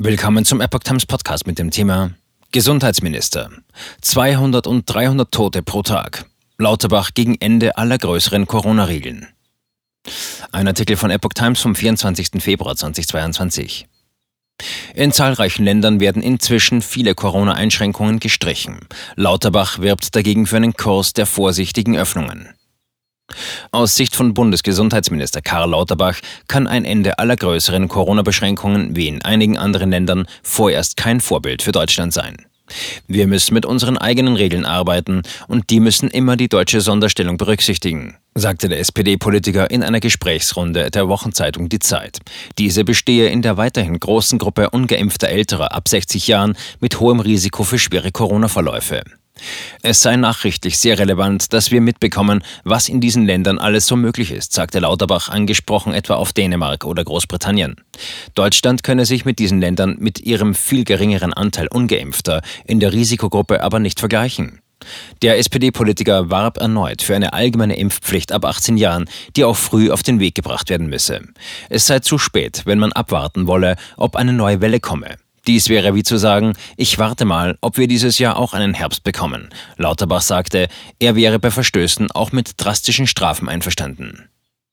Willkommen zum Epoch Times Podcast mit dem Thema Gesundheitsminister. 200 und 300 Tote pro Tag. Lauterbach gegen Ende aller größeren Corona-Regeln. Ein Artikel von Epoch Times vom 24. Februar 2022. In zahlreichen Ländern werden inzwischen viele Corona-Einschränkungen gestrichen. Lauterbach wirbt dagegen für einen Kurs der vorsichtigen Öffnungen. Aus Sicht von Bundesgesundheitsminister Karl Lauterbach kann ein Ende aller größeren Corona-Beschränkungen wie in einigen anderen Ländern vorerst kein Vorbild für Deutschland sein. Wir müssen mit unseren eigenen Regeln arbeiten und die müssen immer die deutsche Sonderstellung berücksichtigen, sagte der SPD-Politiker in einer Gesprächsrunde der Wochenzeitung Die Zeit. Diese bestehe in der weiterhin großen Gruppe ungeimpfter Älterer ab 60 Jahren mit hohem Risiko für schwere Corona-Verläufe. Es sei nachrichtlich sehr relevant, dass wir mitbekommen, was in diesen Ländern alles so möglich ist, sagte Lauterbach, angesprochen etwa auf Dänemark oder Großbritannien. Deutschland könne sich mit diesen Ländern mit ihrem viel geringeren Anteil Ungeimpfter in der Risikogruppe aber nicht vergleichen. Der SPD-Politiker warb erneut für eine allgemeine Impfpflicht ab 18 Jahren, die auch früh auf den Weg gebracht werden müsse. Es sei zu spät, wenn man abwarten wolle, ob eine neue Welle komme. Dies wäre wie zu sagen, ich warte mal, ob wir dieses Jahr auch einen Herbst bekommen. Lauterbach sagte, er wäre bei Verstößen auch mit drastischen Strafen einverstanden.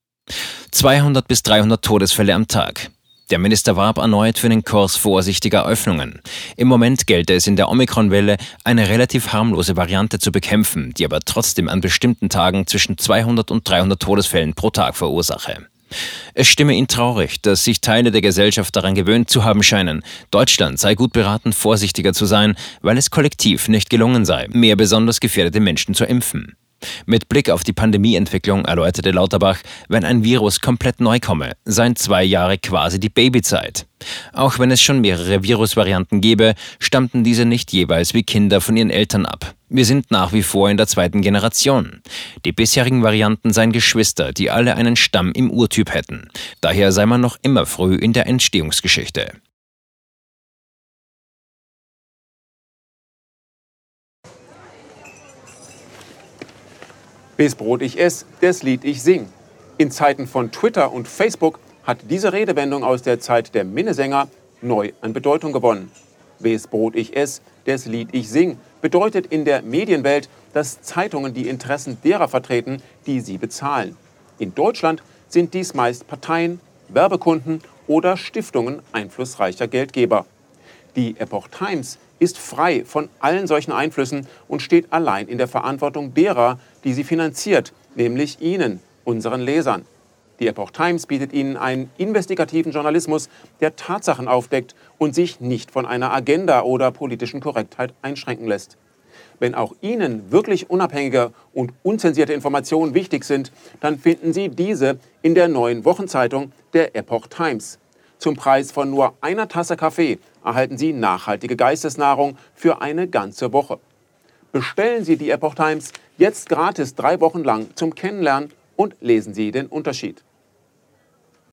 200 bis 300 Todesfälle am Tag. Der Minister warb erneut für den Kurs vorsichtiger Öffnungen. Im Moment gelte es in der Omikron-Welle, eine relativ harmlose Variante zu bekämpfen, die aber trotzdem an bestimmten Tagen zwischen 200 und 300 Todesfällen pro Tag verursache. Es stimme ihn traurig, dass sich Teile der Gesellschaft daran gewöhnt zu haben scheinen, Deutschland sei gut beraten, vorsichtiger zu sein, weil es kollektiv nicht gelungen sei, mehr besonders gefährdete Menschen zu impfen. Mit Blick auf die Pandemieentwicklung erläuterte Lauterbach, wenn ein Virus komplett neu komme, seien 2 Jahre quasi die Babyzeit. Auch wenn es schon mehrere Virusvarianten gäbe, stammten diese nicht jeweils wie Kinder von ihren Eltern ab. Wir sind nach wie vor in der 2. Generation. Die bisherigen Varianten seien Geschwister, die alle einen Stamm im Urtyp hätten. Daher sei man noch immer früh in der Entstehungsgeschichte. Wes Brot ich ess, des Lied ich sing. In Zeiten von Twitter und Facebook hat diese Redewendung aus der Zeit der Minnesänger neu an Bedeutung gewonnen. Wes Brot ich ess, des Lied ich sing bedeutet in der Medienwelt, dass Zeitungen die Interessen derer vertreten, die sie bezahlen. In Deutschland sind dies meist Parteien, Werbekunden oder Stiftungen einflussreicher Geldgeber. Die Epoch Times ist frei von allen solchen Einflüssen und steht allein in der Verantwortung derer, die sie finanziert, nämlich Ihnen, unseren Lesern. Die Epoch Times bietet Ihnen einen investigativen Journalismus, der Tatsachen aufdeckt und sich nicht von einer Agenda oder politischen Korrektheit einschränken lässt. Wenn auch Ihnen wirklich unabhängige und unzensierte Informationen wichtig sind, dann finden Sie diese in der neuen Wochenzeitung der Epoch Times. Zum Preis von nur einer Tasse Kaffee erhalten Sie nachhaltige Geistesnahrung für eine ganze Woche. Bestellen Sie die Epoch Times jetzt gratis 3 Wochen lang zum Kennenlernen und lesen Sie den Unterschied.